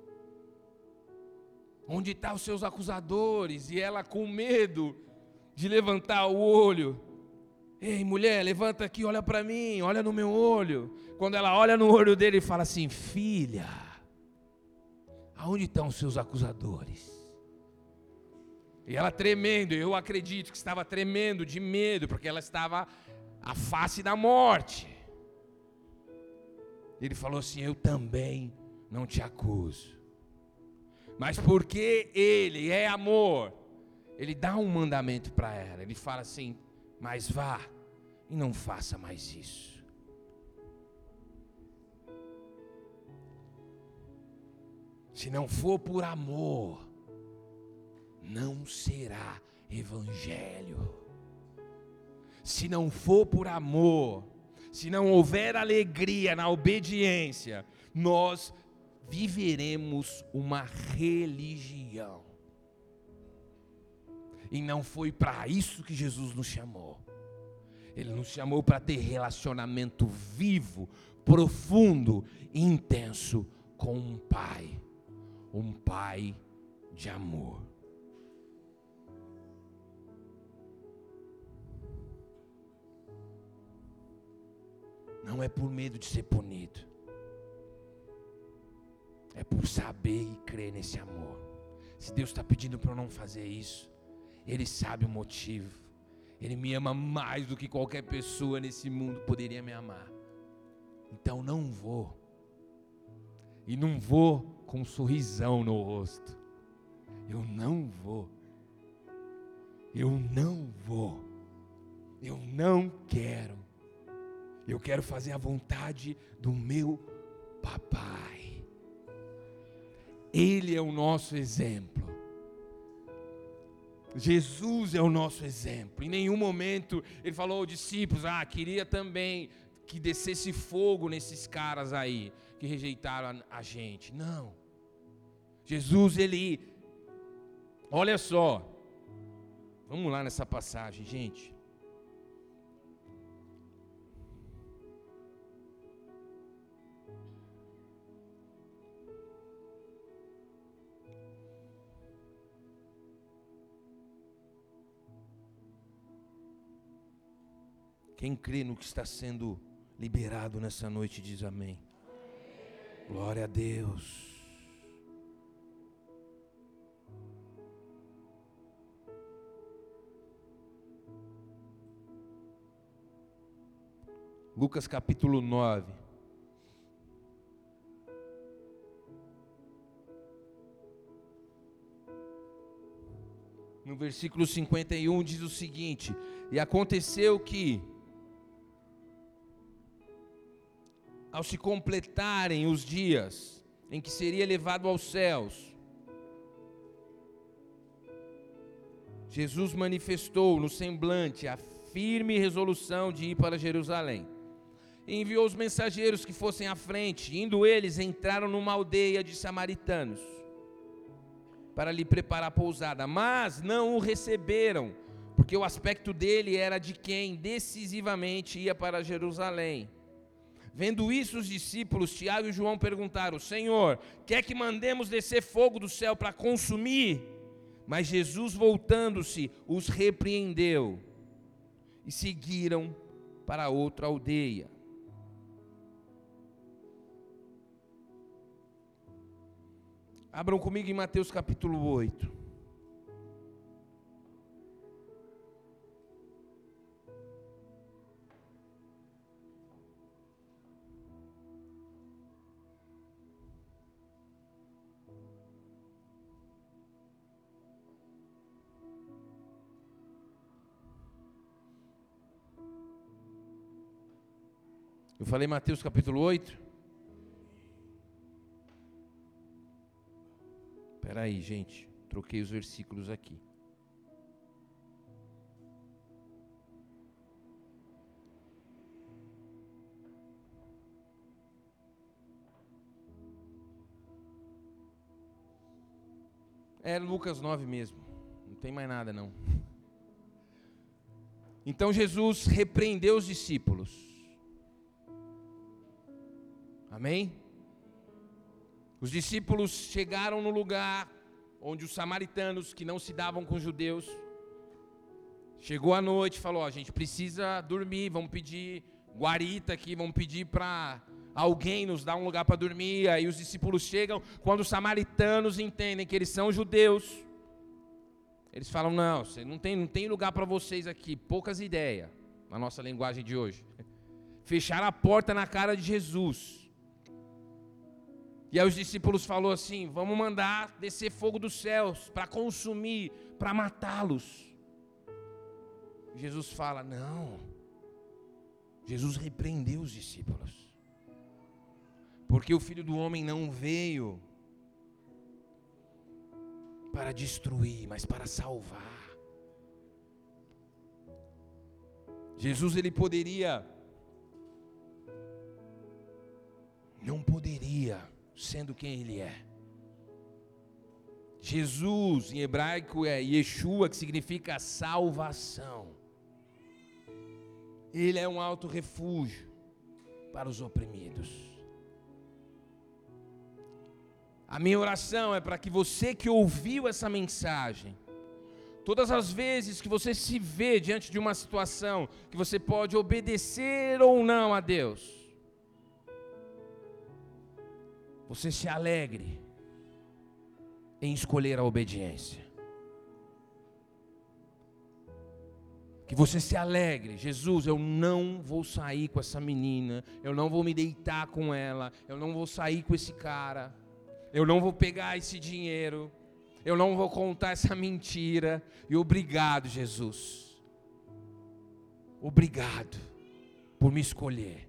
Onde estão os seus acusadores? E ela com medo de levantar o olho. Ei, mulher, levanta aqui, olha para mim, olha no meu olho. Quando ela olha no olho dele e fala assim: filha, aonde estão os seus acusadores? E ela tremendo, eu acredito que estava tremendo de medo, porque ela estava à face da morte. Ele falou assim: eu também não te acuso. Mas porque Ele é amor, Ele dá um mandamento para ela. Ele fala assim: mas vá e não faça mais isso. Se não for por amor, não será evangelho. Se não for por amor, se não houver alegria na obediência, nós viveremos uma religião. E não foi para isso que Jesus nos chamou. Ele nos chamou para ter relacionamento vivo, profundo e intenso com um Pai. Um Pai de amor. Não é por medo de ser punido. É por saber e crer nesse amor. Se Deus está pedindo para eu não fazer isso, Ele sabe o motivo. Ele me ama mais do que qualquer pessoa nesse mundo poderia me amar. Então não vou. E não vou com um sorrisão no rosto. Eu não vou. Eu não vou. Eu não quero. Eu quero fazer a vontade do meu papai. Ele é o nosso exemplo. Jesus é o nosso exemplo. Em nenhum momento ele falou aos discípulos: ah, queria também que descesse fogo nesses caras aí que rejeitaram a gente. Não. Jesus, ele, olha só, vamos lá nessa passagem, gente. Quem crê no que está sendo liberado nessa noite diz amém. Glória a Deus. Lucas capítulo nove. No versículo cinquenta e um diz o seguinte: e aconteceu que, ao se completarem os dias em que seria levado aos céus, Jesus manifestou no semblante a firme resolução de ir para Jerusalém. E enviou os mensageiros que fossem à frente. Indo eles, entraram numa aldeia de samaritanos, para lhe preparar pousada. Mas não o receberam, porque o aspecto dele era de quem decisivamente ia para Jerusalém. Vendo isso, os discípulos Tiago e João perguntaram: Senhor, quer que mandemos descer fogo do céu para consumir Mas Jesus, voltando-se, os repreendeu e seguiram para outra aldeia. Abram comigo em Mateus capítulo oito. Eu falei Mateus capítulo oito? Espera aí, gente. Troquei os versículos aqui. É Lucas nove mesmo. Não tem mais nada não. Então Jesus repreendeu os discípulos. Amém? Os discípulos chegaram no lugar onde os samaritanos, que não se davam com os judeus, chegou à noite e falou: ó, a gente precisa dormir, vamos pedir guarita aqui, vamos pedir para alguém nos dar um lugar para dormir. Aí os discípulos chegam, quando os samaritanos entendem que eles são judeus, eles falam: não, não tem, não tem lugar para vocês aqui, poucas ideias, na nossa linguagem de hoje. Fecharam a porta na cara de Jesus. E aí os discípulos falaram assim: vamos mandar descer fogo dos céus para consumir, para matá-los. Jesus fala: não. Jesus repreendeu os discípulos. Porque o Filho do Homem não veio para destruir, mas para salvar. Jesus, ele poderia, não poderia, sendo quem ele é. Jesus, em hebraico, é Yeshua, que significa salvação. Ele é um alto refúgio para os oprimidos. A minha oração é para que você que ouviu essa mensagem, todas as vezes que você se vê diante de uma situação que você pode obedecer ou não a Deus, você se alegre em escolher a obediência. Que você se alegre: Jesus, eu não vou sair com essa menina, eu não vou me deitar com ela, eu não vou sair com esse cara, eu não vou pegar esse dinheiro, eu não vou contar essa mentira. E obrigado, Jesus. Obrigado por me escolher.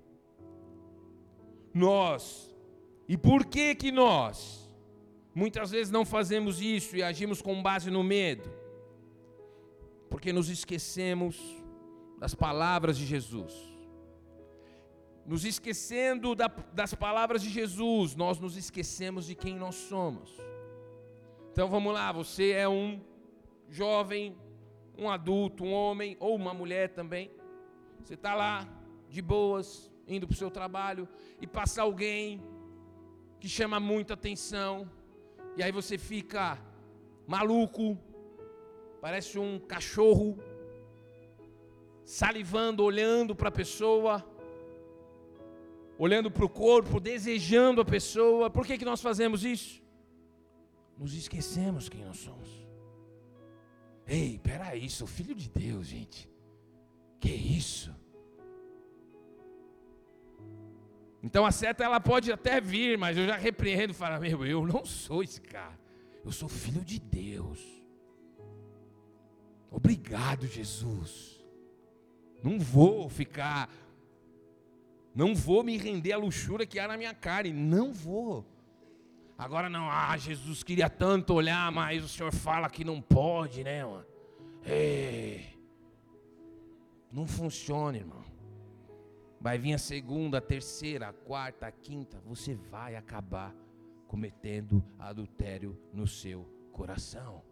Nós E por que que nós muitas vezes não fazemos isso e agimos com base no medo? Porque nos esquecemos das palavras de Jesus. Nos esquecendo da, das palavras de Jesus, nós nos esquecemos de quem nós somos. Então vamos lá, você é um jovem, um adulto, um homem ou uma mulher também. Você está lá de boas, indo para o seu trabalho, e passa alguém que chama muita atenção, e aí você fica maluco, parece um cachorro, salivando, olhando para a pessoa, olhando para o corpo, desejando a pessoa. Por que que nós fazemos isso? Nos esquecemos quem nós somos. Ei, peraí, sou filho de Deus, gente. Que isso? Então a seta, ela pode até vir, mas eu já repreendo e falo: meu, eu não sou esse cara, eu sou filho de Deus. Obrigado, Jesus. Não vou ficar, não vou me render à luxúria que há na minha carne, não vou. Agora não, ah, Jesus queria tanto olhar, mas o Senhor fala que não pode, né, mano? Ei, não funciona, irmão. Vai vir a segunda, a terceira, a quarta, a quinta, você vai acabar cometendo adultério no seu coração.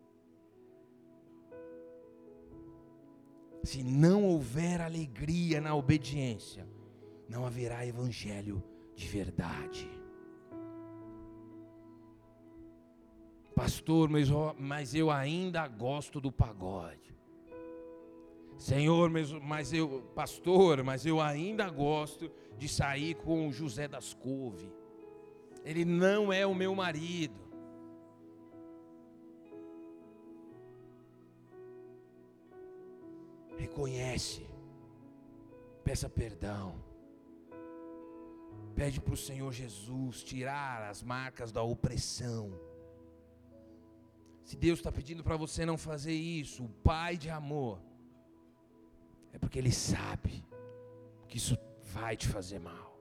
Se não houver alegria na obediência, não haverá evangelho de verdade. Pastor, mas eu, mas eu ainda gosto do pagode. Senhor, mas, mas eu, pastor, mas eu ainda gosto de sair com o José das Couve. Ele não é o meu marido. Reconhece, peça perdão, pede para o Senhor Jesus tirar as marcas da opressão. Se Deus está pedindo para você não fazer isso, o Pai de amor, é porque Ele sabe que isso vai te fazer mal.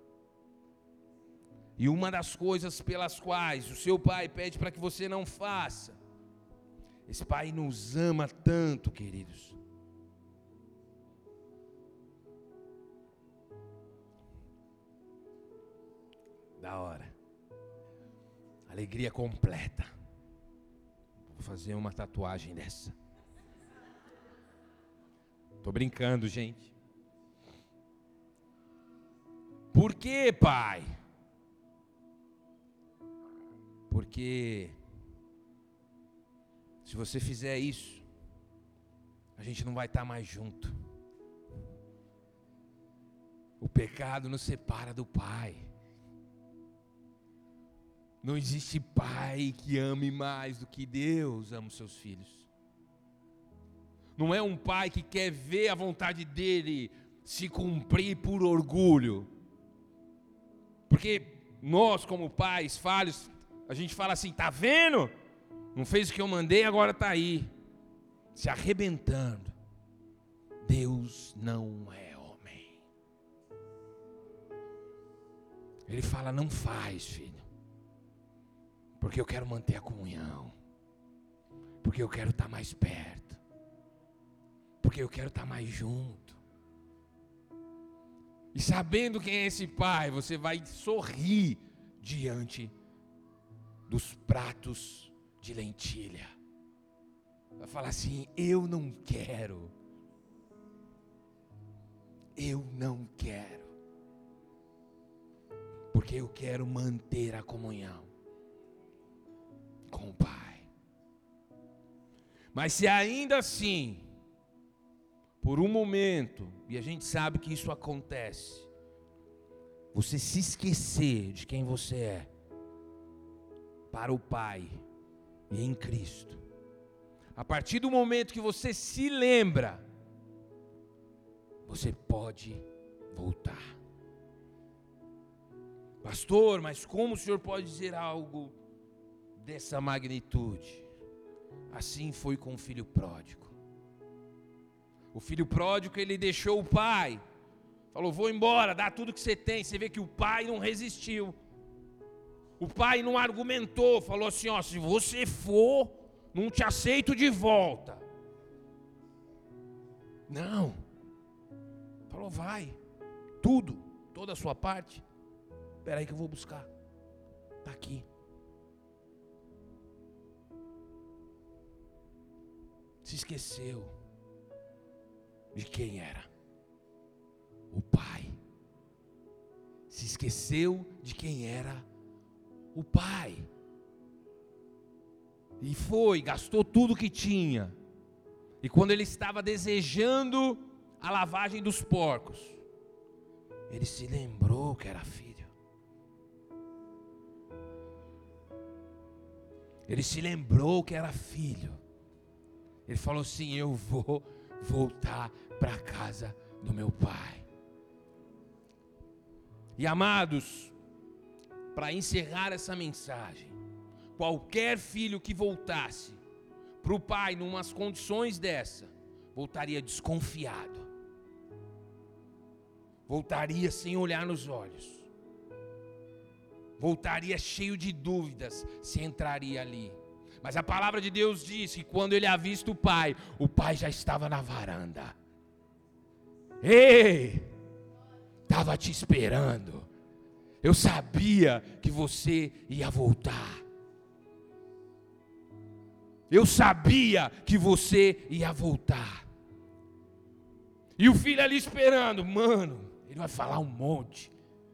E uma das coisas pelas quais o seu Pai pede para que você não faça, esse Pai nos ama tanto, queridos. Da hora. Alegria completa. Vou fazer uma tatuagem dessa. Tô brincando, gente. Por quê, Pai? Porque se você fizer isso, a gente não vai estar mais junto. O pecado nos separa do Pai. Não existe pai que ame mais do que Deus ama os seus filhos. Não é um pai que quer ver a vontade dele se cumprir por orgulho. Porque nós, como pais falhos, a gente fala assim, tá vendo? Não fez o que eu mandei, agora tá aí, se arrebentando. Deus não é homem. Ele fala, não faz, filho. Porque eu quero manter a comunhão. Porque eu quero estar mais perto. Porque eu quero estar mais junto. E sabendo quem é esse pai, você vai sorrir diante dos pratos de lentilha. Vai falar assim, eu não quero. Eu não quero. Porque eu quero manter a comunhão com o Pai. Mas se ainda assim, por um momento, e a gente sabe que isso acontece, você se esquecer de quem você é, para o Pai e em Cristo, a partir do momento que você se lembra, você pode voltar. Pastor, mas como o senhor pode dizer algo dessa magnitude? Assim foi com o filho pródigo. O filho pródigo, ele deixou o pai, falou, vou embora, dá tudo que você tem. Você vê que o pai não resistiu. O pai não argumentou, falou assim, ó, se você for, não te aceito de volta. Não. Falou, vai, tudo, toda a sua parte. Espera aí que eu vou buscar. Está aqui. Se esqueceu de quem era. O Pai. Se esqueceu de quem era o Pai. E foi, gastou tudo que tinha. E quando ele estava desejando a lavagem dos porcos, ele se lembrou que era filho. Ele se lembrou que era filho. Ele falou assim, eu vou voltar para a casa do meu pai. E amados, para encerrar essa mensagem, qualquer filho que voltasse para o pai numas condições dessa, voltaria desconfiado. Voltaria sem olhar nos olhos. Voltaria cheio de dúvidas se entraria ali. Mas a palavra de Deus diz que quando ele avista o pai, o pai já estava na varanda. Ei, estava te esperando. Eu sabia que você ia voltar. Eu sabia que você ia voltar. E o filho ali esperando, mano, ele vai falar um monte.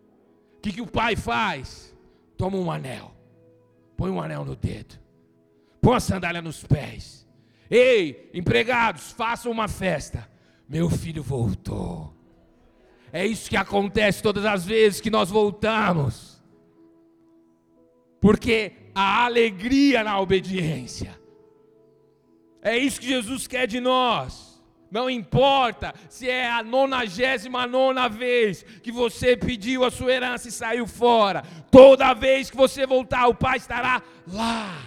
O que, que o pai faz? Toma um anel, põe um anel no dedo. Põe a sandália nos pés. Ei, empregados, façam uma festa. Meu filho voltou. É isso que acontece todas as vezes que nós voltamos. Porque há alegria na obediência. É isso que Jesus quer de nós. Não importa se é a nonagésima nona vez que você pediu a sua herança e saiu fora. Toda vez que você voltar, o Pai estará lá.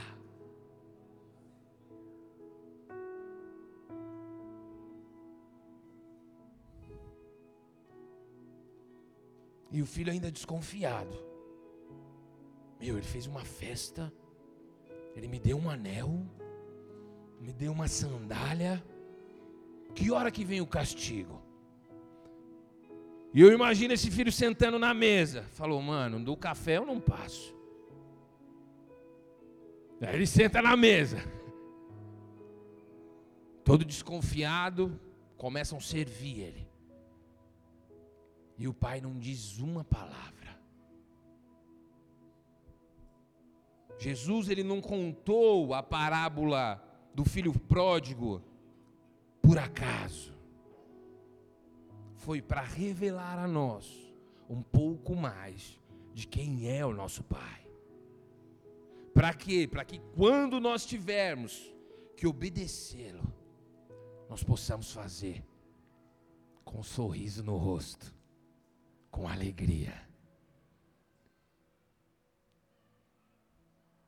E o filho ainda desconfiado. Meu, ele fez uma festa. Ele me deu um anel. Me deu uma sandália. Que hora que vem o castigo? E eu imagino esse filho sentando na mesa. Falou, mano, do café eu não passo. Aí ele senta na mesa. Todo desconfiado, começam a servir ele. E o pai não diz uma palavra. Jesus, ele não contou a parábola do filho pródigo por acaso. Foi para revelar a nós um pouco mais de quem é o nosso Pai. Para quê? Para que quando nós tivermos que obedecê-lo, nós possamos fazer com um sorriso no rosto, com alegria.